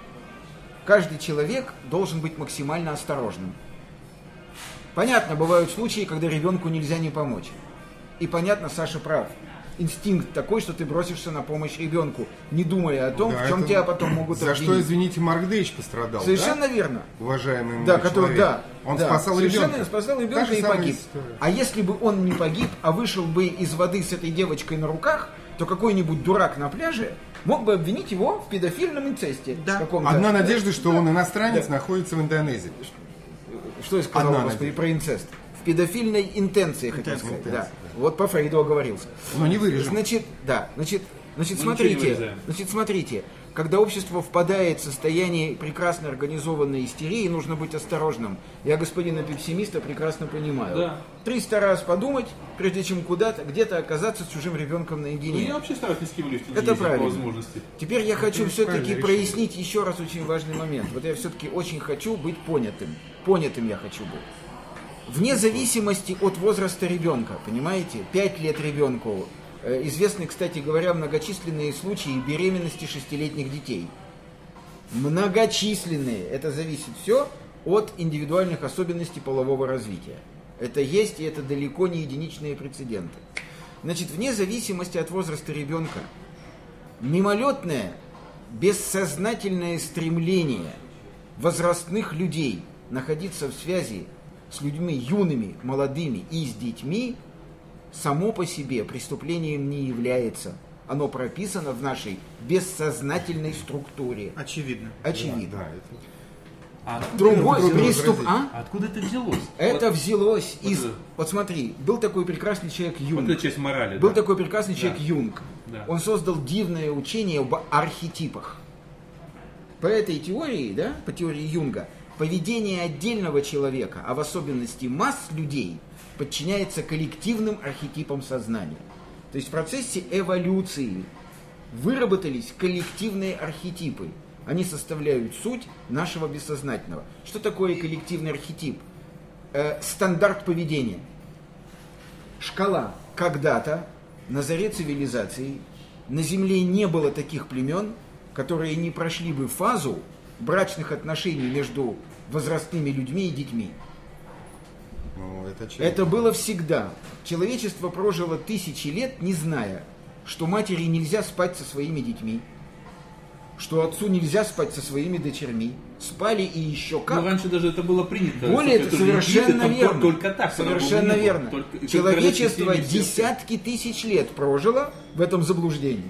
каждый человек должен быть максимально осторожным. Понятно, бывают случаи, когда ребенку нельзя не помочь. И понятно, Саша прав. Инстинкт такой, что ты бросишься на помощь ребенку, не думая о том,
Да,
в чем
это
тебя потом могут
За
обвинить.
что, извините, Марк Дэвич пострадал,
Совершенно
да?
верно.
Уважаемый мой
Да, который,
человек.
да.
Он
да,
спасал
совершенно
ребенка.
спасал
Та
ребенка
же
и
самая
погиб.
история.
А если бы он не погиб, а вышел бы из воды с этой девочкой на руках, то какой-нибудь дурак на пляже мог бы обвинить его в педофильном инцесте.
Да.
каком-то.
Одна надежда, что
Да.
он иностранец,
Да.
находится в Индонезии.
Что я сказал,
Одна
господи,
надежда.
про инцест? В педофильной интенции, хотел
Интенции,
сказать.
интенции,
Да. Вот по Фрейду оговорился.
Но не вырежем.
Значит, да, значит, значит,
Мы ничего не
смотрите,
вырезаем.
значит, смотрите, когда общество впадает в состояние прекрасно организованной истерии, нужно быть осторожным. Я господина пессимиста прекрасно понимаю.
Да.
триста раз подумать, прежде чем куда-то, где-то оказаться с чужим ребенком
Ну,
наедине.
я вообще стараюсь ни с кем не
Это
ездить по
правильно.
возможности.
Теперь я хочу
Это
все-таки
правильное
прояснить еще раз очень важный момент. Вот я все-таки очень хочу быть понятым. Понятым я хочу быть. Вне зависимости от возраста ребенка, понимаете? Пять лет ребенку. Э, Известны, кстати говоря, многочисленные случаи беременности шестилетних детей. Многочисленные. Это зависит все от индивидуальных особенностей полового развития. Это есть, и это далеко не единичные прецеденты. Значит, вне зависимости от возраста ребенка, мимолетное, бессознательное стремление возрастных людей находиться в связи с людьми юными, молодыми и с детьми само по себе преступлением не является. Оно прописано в нашей бессознательной структуре.
Очевидно.
Очевидно.
Да, это-
А откуда,
Другой
трудно
преступ...
возразить.
А?
откуда это взялось?
Это
вот,
взялось
вот
из...
это.
Вот смотри, был такой прекрасный человек
вот
Юнг.
эта часть морали.
Был
да.
такой прекрасный
Да.
человек Юнг.
Да.
Он создал дивное учение об архетипах. По этой теории, да, по теории Юнга, поведение отдельного человека, а в особенности масс людей, подчиняется коллективным архетипам сознания. То есть в процессе эволюции выработались коллективные архетипы. Они составляют суть нашего бессознательного. Что такое коллективный архетип? Э, стандарт поведения. Шкала. Когда-то на заре цивилизации на Земле не было таких племен, которые не прошли бы фазу брачных отношений между возрастными людьми и детьми.
Ну, это очевидно.
Это было всегда. Человечество прожило тысячи лет, не зная, что матери нельзя спать со своими детьми, что отцу нельзя спать со своими дочерьми. Спали и еще как.
Ну, раньше даже это было принято.
Более
что
это
это же
совершенно
там
верно.
Только так.
Совершенно
по-другому не было.
верно.
Только- и только
Человечество
короче, семьи, все-
десятки тысяч лет прожило в этом заблуждении.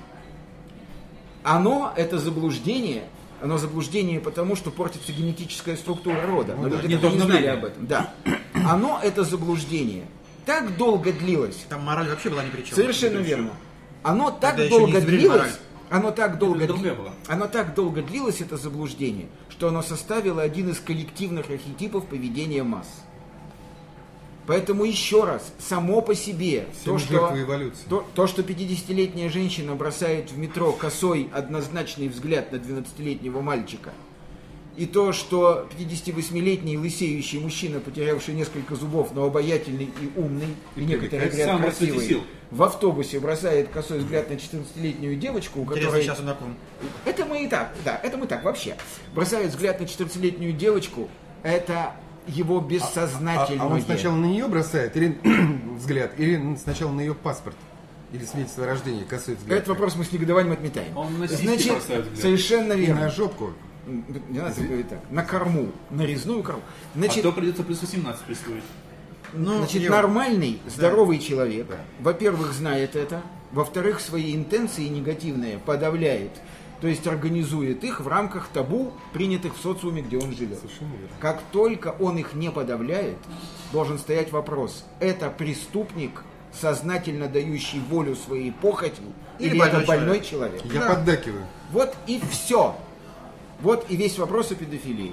Оно, это заблуждение, оно заблуждение потому, что портится генетическая структура рода.
Ну
Но
да,
люди
нет
даже не знали
обновления.
об этом. Да. Оно, это заблуждение, так долго длилось.
Там мораль вообще была ни при чем.
Совершенно верно. Оно так
Тогда еще не
долго
изобрели
длилось,
мораль.
оно так долго,
Это другая
дли-
была.
оно так долго длилось, это заблуждение, что оно составило один из коллективных архетипов поведения масс. Поэтому еще раз, само по себе,
Все
то что,
жертвы эволюции.
то, то, что пятидесятилетняя женщина бросает в метро косой однозначный взгляд на двенадцатилетнего мальчика и то, что пятидесятивосьмилетний лысеющий мужчина, потерявший несколько зубов, но обаятельный и умный, и некоторые говорят
Сам
красивый,
расцветил.
в автобусе бросает косой взгляд на четырнадцатилетнюю девочку, у
Интересно,
которой...
сейчас он на ком?
Это мы и так, да, это мы так вообще. Бросает взгляд на четырнадцатилетнюю девочку, это его
А,
бессознательное.
а он сначала на нее бросает или взгляд, или сначала на ее паспорт, или свидетельство о рождении, косой взгляд.
Этот вопрос мы с негодованием отметаем.
Он на сиськи
Значит,
бросает взгляд.
совершенно
И
верно.
на жопку.
Не надо говорить так. На корму, на резную корму.
А
Значит,
то придется плюс восемнадцать присвоить.
Ну,
Значит,
Юр,
нормальный, здоровый человек,
Да.
во-первых, знает это, во-вторых, свои интенции негативные подавляет, то есть организует их в рамках табу, принятых в социуме, где он живет.
Совершенно верно.
Как только он их не подавляет, должен стоять вопрос, это преступник, сознательно дающий волю своей похоти,
Или
или, это
больной
больной человек.
Я
Да.
поддакиваю.
Вот и все. Вот и весь вопрос о педофилии.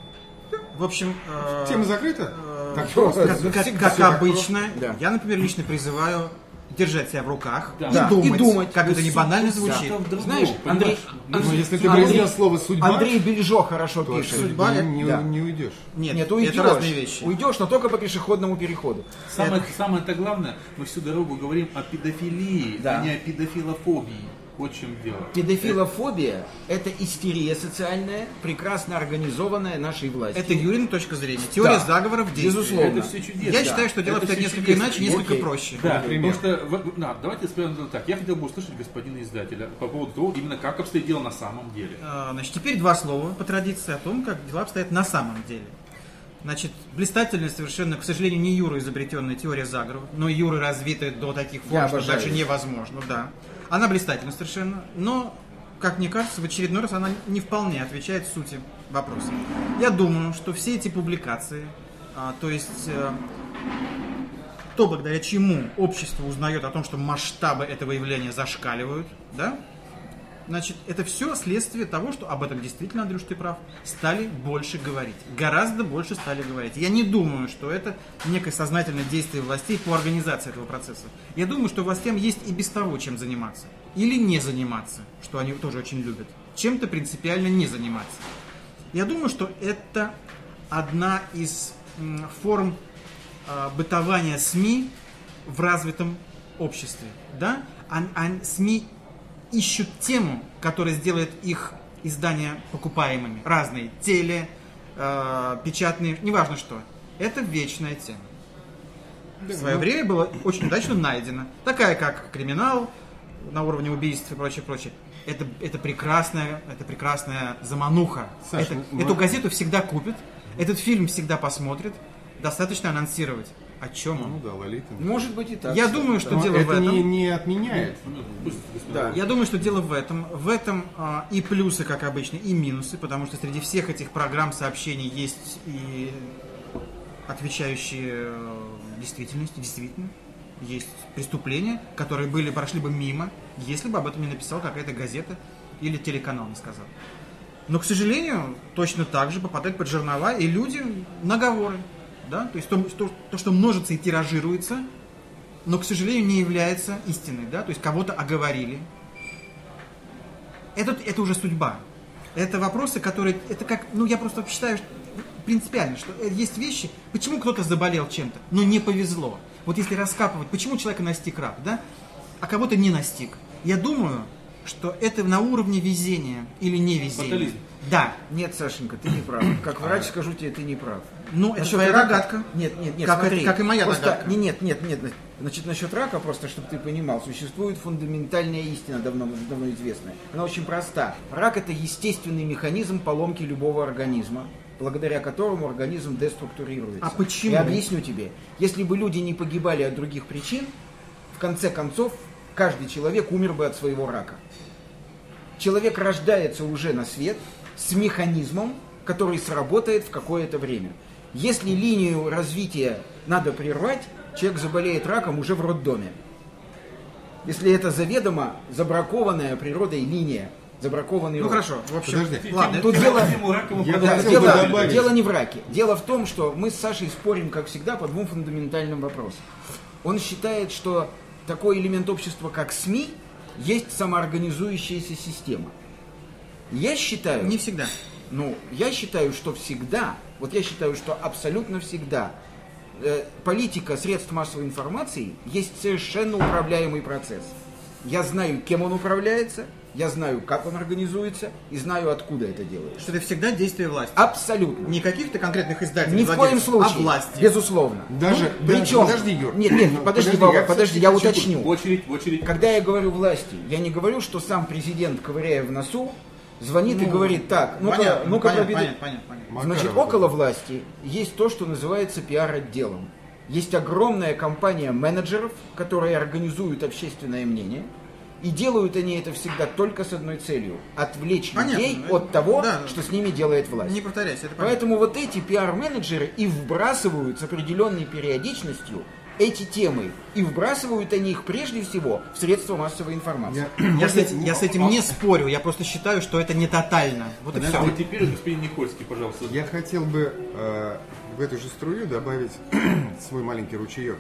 в общем, э,
Тема закрыта?
э,
Так
что,
просто?
как, как-
всегда
как
всё так
обычно,
Да.
я, например, лично призываю держать себя в руках
Да.
и,
Да.
думать,
И думать.
как это не банально звучит.
Это в другом,
Знаешь, Андрей,
понимаешь?
Ну, если ты
Андрей-
произнес слово «судьба»,
Андрей Бельжо хорошо
то
пишет.
судьба,
не, не-
да.
не уйдешь.
Нет,
Нет, уйдешь.
это разные вещи.
Уйдешь, но только по пешеходному переходу.
Самое, самое-то главное, мы всю дорогу говорим о педофилии,
Да.
а не о педофилофобии. Вот в чем дело.
Педофилофобия – это истерия социальная, прекрасно организованная нашей властью.
Это Юрина точка зрения. Теория
Да.
заговоров в действии.
Безусловно.
Это все чудесно.
Я считаю, что дело
Это
обстоит
всё
несколько
чудесно.
иначе, несколько
Окей.
проще.
Да,
Например.
потому что, в- да, давайте скажем так, я хотел бы услышать господина издателя по поводу того, именно как обстоит дело на самом деле.
А, Значит, теперь два слова по традиции о том, как дела обстоят на самом деле. Значит, блистательная совершенно, к сожалению, не Юра изобретенная теория заговоров, но Юры развитая до таких форм,
Я
что
обожаю
дальше
ее.
невозможно, да. Она блистательна совершенно, но, как мне кажется, в очередной раз она не вполне отвечает сути вопроса. Я думаю, что все эти публикации, а, то есть э, то, благодаря чему общество узнает о том, что масштабы этого явления зашкаливают, да, значит, это все следствие того, что об этом действительно, Андрюш, ты прав, стали больше говорить. Гораздо больше стали говорить. Я не думаю, что это некое сознательное действие властей по организации этого процесса. Я думаю, что властям есть и без того, чем заниматься. Или не заниматься, что они тоже очень любят. Чем-то принципиально не заниматься. Я думаю, что это одна из м, форм а, бытования СМИ в развитом обществе. Да? А, а СМИ ищут тему, которая сделает их издания покупаемыми. Разные. Теле, э, печатные, неважно что. Это вечная тема. В свое время было очень удачно найдено. Такая, как криминал на уровне убийств и прочее, прочее. Это, это, прекрасная, это прекрасная замануха.
Саша,
Это-
ну-
Эту газету всегда купят, этот фильм всегда посмотрят. Достаточно анонсировать. О чем
Ну
он?
да, Лолита.
Может быть и так.
Я думаю, что
Но
дело в
это
этом.
не, не отменяет.
Пусть господин
Да.
Я думаю, что дело в этом. В этом а, и плюсы, как обычно, и минусы, потому что среди всех этих программ сообщений есть и отвечающие э, действительности, действительно. Есть преступления, которые были, прошли бы мимо, если бы об этом не написала какая-то газета или телеканал не сказал. Но, к сожалению, точно так же попадают под жернова и люди наговоры. Да? То есть то, то, то, что множится и тиражируется, но, к сожалению, не является истиной. Да? То есть кого-то оговорили. Это, это уже судьба. Это вопросы, которые... Это как... Ну, я просто считаю что, принципиально, что есть вещи... Почему кто-то заболел чем-то, но не повезло? Вот если раскапывать, почему человека настиг рак, да? А кого-то не настиг. Я думаю, что это на уровне везения или невезения.
Фатализм.
Да.
Нет, Сашенька, ты не прав. Как врач скажу тебе, ты не прав.
Ну, это
Насчет
твоя
рака-
догадка.
Нет, нет, нет,
Как
смотри.
это- как и моя
Просто-
догадка.
не- Нет, нет, нет. Значит, насчет рака, просто чтобы ты понимал, существует фундаментальная истина, давно, давно известная. Она очень проста. Рак – это естественный механизм поломки любого организма, благодаря которому организм деструктурируется.
А почему?
Я объясню тебе. Если бы люди не погибали от других причин, в конце концов, каждый человек умер бы от своего рака. Человек рождается уже на свет с механизмом, который сработает в какое-то время. Если линию развития надо прервать, человек заболеет раком уже в роддоме. Если это заведомо забракованная природой линия, забракованный
Ну
род.
хорошо, в общем,
Подожди.
ладно.
Тут
это-
дело,
Тему рака мы
Я
продолжим.
да,
хотел бы
дело,
добавить.
дело не в раке. Дело в том, что мы с Сашей спорим, как всегда, по двум фундаментальным вопросам. Он считает, что такой элемент общества, как СМИ, есть самоорганизующаяся система. Я считаю...
Не всегда.
Ну, я считаю, что всегда, вот я считаю, что абсолютно всегда э, политика средств массовой информации есть совершенно управляемый процесс. Я знаю, кем он управляется, я знаю, как он организуется, и знаю, откуда это делается.
Что это всегда действие власти.
Абсолютно.
Не каких-то конкретных издателей,
Ни в коем случае.
а власти.
Безусловно.
Даже,
Ну,
даже-
причем,
подожди, Юр.
Нет, нет,
Ну,
подожди,
подожди,
Вова,
я
подожди,
всё-таки
я
секунду.
уточню.
В очередь, в очередь.
Когда я говорю власти, я не говорю, что сам президент, ковыряя в носу, звонит и
Ну,
говорит так, ну-ка,
понятно,
ну-ка
понятно,
пробеди-
понятно, понятно, понятно.
Значит,
Макарова.
около власти есть то, что называется пиар-отделом. Есть огромная компания менеджеров, которые организуют общественное мнение. И делают они это всегда только с одной целью – отвлечь
Понятно,
людей
это-
от того,
да, да.
что с ними делает власть.
Не повторяйся, это понятно.
Поэтому вот эти пиар-менеджеры и вбрасывают с определенной периодичностью эти темы. И вбрасывают они их прежде всего в средства массовой информации.
Я с, этим, я с этим не спорю, я просто считаю, что это не тотально. Вот и
А
все.
вот теперь господин Никольский, пожалуйста.
Я хотел бы э, в эту же струю добавить свой маленький ручеек.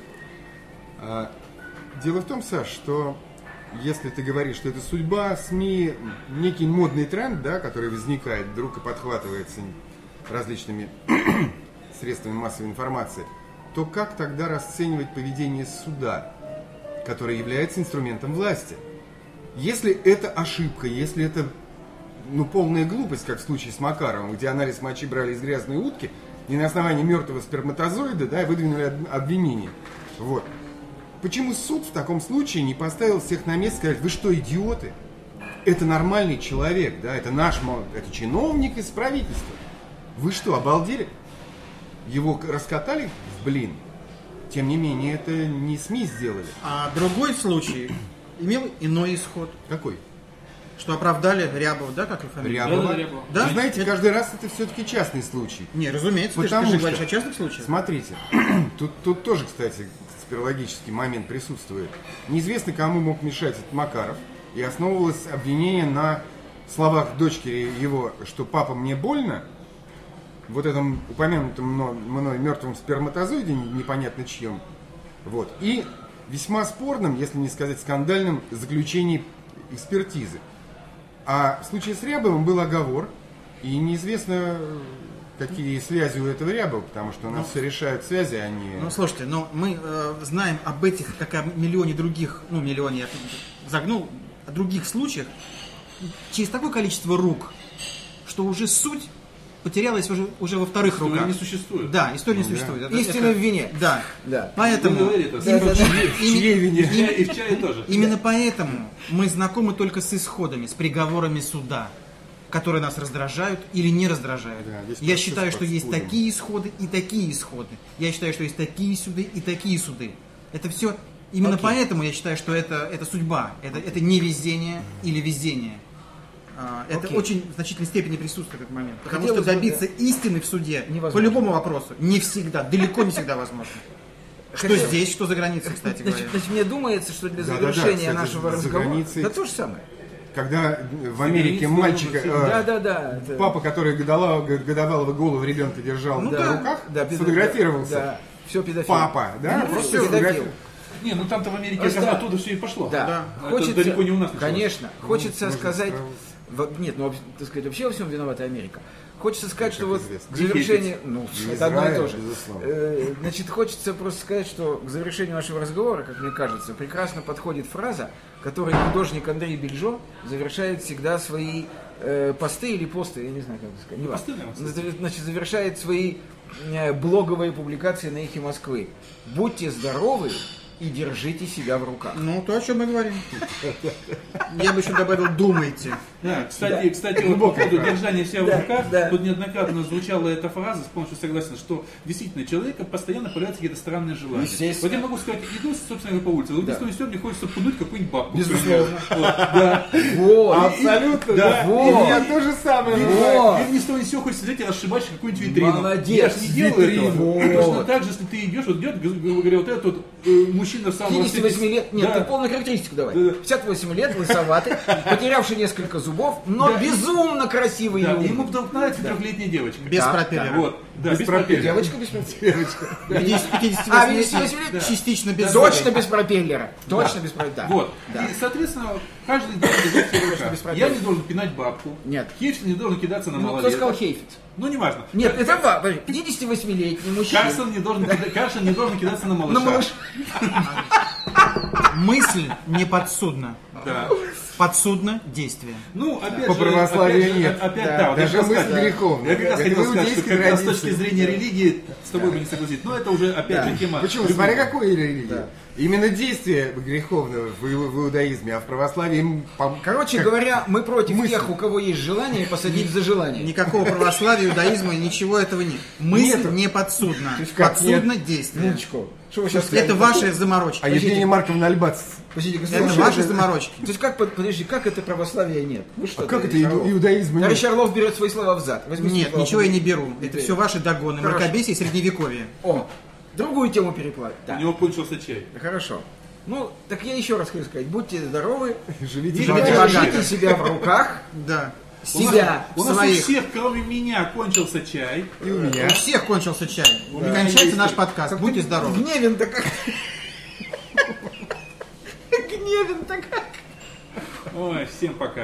Э, дело в том, Саш, что если ты говоришь, что это судьба СМИ, некий модный тренд, да, который возникает вдруг и подхватывается различными средствами массовой информации, то как тогда расценивать поведение суда, которое является инструментом власти? Если это ошибка, если это ну, полная глупость, как в случае с Макаровым, где анализ мочи брали из грязной утки и на основании мертвого сперматозоида, да, выдвинули об- обвинение. Вот. Почему суд в таком случае не поставил всех на место и сказать, вы что, идиоты? Это нормальный человек, да, это наш, мол, это чиновник из правительства. Вы что, обалдели? Его к- раскатали в блин. Тем не менее, это не СМИ сделали.
А другой случай имел иной исход.
Какой?
Что оправдали Рябова, да, как и фамилия?
Рябова.
Да, да, Рябова.
Да?
Вы знаете,
Это-
каждый раз это все-таки частный случай.
Не, разумеется, ты же, ты
Потому
же
что-
говоришь о частных случаях.
Смотрите, тут, тут тоже, кстати, конспирологический момент присутствует. Неизвестно, кому мог мешать этот Макаров. И основывалось обвинение на словах дочери его, что папа, мне больно. Вот этом упомянутом мно- мной мертвом сперматозоиде, непонятно чьем. Вот. И весьма спорным, если не сказать скандальным, заключении экспертизы. А в случае с Рябовым был оговор, и неизвестно, какие связи у этого Рябова, потому что у нас все решают связи, а не...
Ну, слушайте, но мы э, знаем об этих, как о миллионе других, ну, миллионе, я загнул, о других случаях, через такое количество рук, что уже суть потерялась уже, уже во вторых
История
руках.
не существует.
Да, история не
Ну, да.
существует. Это-
Истина
это-
в вине.
Да.
Да.
Поэтому...
Вы говорите,
именно-
да, да.
в чьей вине?
именно-
И в чае тоже.
Именно поэтому мы знакомы только с исходами, с приговорами суда, которые нас раздражают или не раздражают.
Да, здесь
Я
процесс
считаю, что есть
подспуден.
такие исходы и такие исходы. Я считаю, что есть такие суды и такие суды. Это все... Именно
Окей.
поэтому я считаю, что это, это судьба. Это, это не везение или везение. А, Это
Окей.
очень в значительной степени присутствует этот момент. Потому
Хотелось
что
бы,
добиться истины в суде
Невозможно.
по любому вопросу не всегда, далеко не всегда возможно. Что
Хотел-
здесь, что за границей, кстати говоря.
Значит, значит, мне думается, что для
Да-да-да,
завершения
кстати,
нашего
за
разговора...
границей-
Да то же самое.
Когда в Америке
Границы
мальчика,
должны
э,
Да, да, да. это-
папа, который годовалого, годовалого голову ребенка держал,
Ну
на
да,
руках,
Да, педофил.
сфотографировался.
Да, все педофил.
Папа, да?
Ну,
Просто
всё, педофил.
сфотографировал.
Не, ну там-то в Америке
Просто-
как раз оттуда все и пошло.
Да.
Это
Хочется,
далеко не у нас началось.
Конечно. Хочется
можно
сказать...
сразу.
во- Нет, ну, так сказать, вообще во всем виновата Америка. Хочется сказать,
Как
что вот
известно.
к завершению... Ну,
И
это одно и
Израиль,
то же.
безусловно.
Э, Значит, хочется просто сказать, что к завершению нашего разговора, как мне кажется, прекрасно подходит фраза, которой художник Андрей Бельжо завершает всегда свои э, посты или посты, я не знаю, как это сказать, не
Посты,
важно.
наверное.
Значит, завершает свои э, блоговые публикации на «Эхе Москвы». Будьте здоровы и держите себя в руках.
Ну, то, о чем мы говорим. Я бы еще добавил, думайте.
Да, кстати, кстати, вот по поводу держания себя
Да,
в руках,
да.
тут неоднократно звучала эта фраза, с помощью согласен, что действительно человека постоянно появляются какие-то странные желания.
Естественно.
Вот я могу сказать, иду, собственно, по улице, вот
Да.
если все, мне хочется пнуть какую-нибудь бабку.
Безусловно.
Вот, да.
Вот.
Абсолютно,
Да.
да.
Вот.
И у меня то же самое.
Вот.
Или ни с того ни с сего хочется взять и расшибать какую-нибудь витрину.
Молодец,
Я же не делаю
витрину.
этого.
Вот.
Точно так же, если ты идешь, вот идет, грубо говоря, вот этот вот э, мужчина в самом
пятьдесят восемь лет, нет,
Да.
ты полную характеристику давай.
Да.
пятьдесят восемь лет, лысоватый, потерявший несколько зубов, но
Да.
безумно красивый
Да,
и
ему
умный.
вдруг нравится трехлетняя девочка.
Без
Да,
пропеллера.
Вот. Да, без пропеллера.
Девочка без пропеллера.
пятидесяти
А,
восьми
пятидесятивосьмилетняя?
частично без
Точно без пропеллера. Точно без пропеллера. Да.
Вот.
Да.
И, соответственно, каждый должен держать себя в руках.
без пропеллера.
Я не должен пинать бабку.
Нет.
Хейфиц не должен кидаться на
Ну, кто
малолеток.
сказал Хейфиц?
Ну, неважно.
Нет, это ва- подожди, пятидесятивосьмилетний мужчина.
Карсон не должен, кида- Карсон не должен кидаться на малыша.
На малыш.
мысль не подсудна.
Да.
Подсудно действие.
Ну, опять
По
же,
православию
опять же,
нет.
Опять,
Да,
да, вот я
даже
хотел
мысль
сказать,
греховная.
Я как раз
Это
хотел
в
сказать, что
иудейской
как раз с
традиции.
точки зрения религии с тобой бы не согласиться. Но это уже, опять
Да.
же, тема...
Почему?
любви.
Смотря какой религии.
Да.
Именно действие греховного в, в иудаизме, а в православии... им пом-
Короче
как-
говоря, мы против
мысль.
тех, у кого есть желание посадить за желание.
Никакого православия, иудаизма, ничего этого нет. Мысль
Нету.
не подсудна.
То есть как
Подсудно действие.
Минуточку. Что вы сейчас
Это
сказали?
ваши заморочки.
А Евгения Марковна Альбац.
Подождите,
Это
господин,
ваши
это-
заморочки.
То есть как, под- подожди, как это православия нет? Вы что,
А как это
товарищ
иу-
Орлов?
иудаизма нет?
Товарищ Орлов берет свои слова взад. Возьмите
Нет,
слова
ничего я
взад.
не беру. Это все ваши догоны.
Хорошо.
Мракобесие и средневековье.
О, другую тему переплавить.
У
Да.
него кончился чай.
Да, хорошо. Ну, так я еще раз хочу сказать, будьте здоровы,
Живите
Живите
держите
богато.
себя в руках,
Да.
себя.
У нас у
своих.
всех, кроме меня, кончился чай.
И у меня.
У всех кончился чай. Кончается наш подкаст. Будьте здоровы.
Гневен-то как... Гневен-то как...
Ой, всем пока.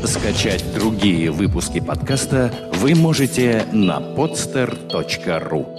Скачать другие выпуски подкаста вы можете на podster точка ру.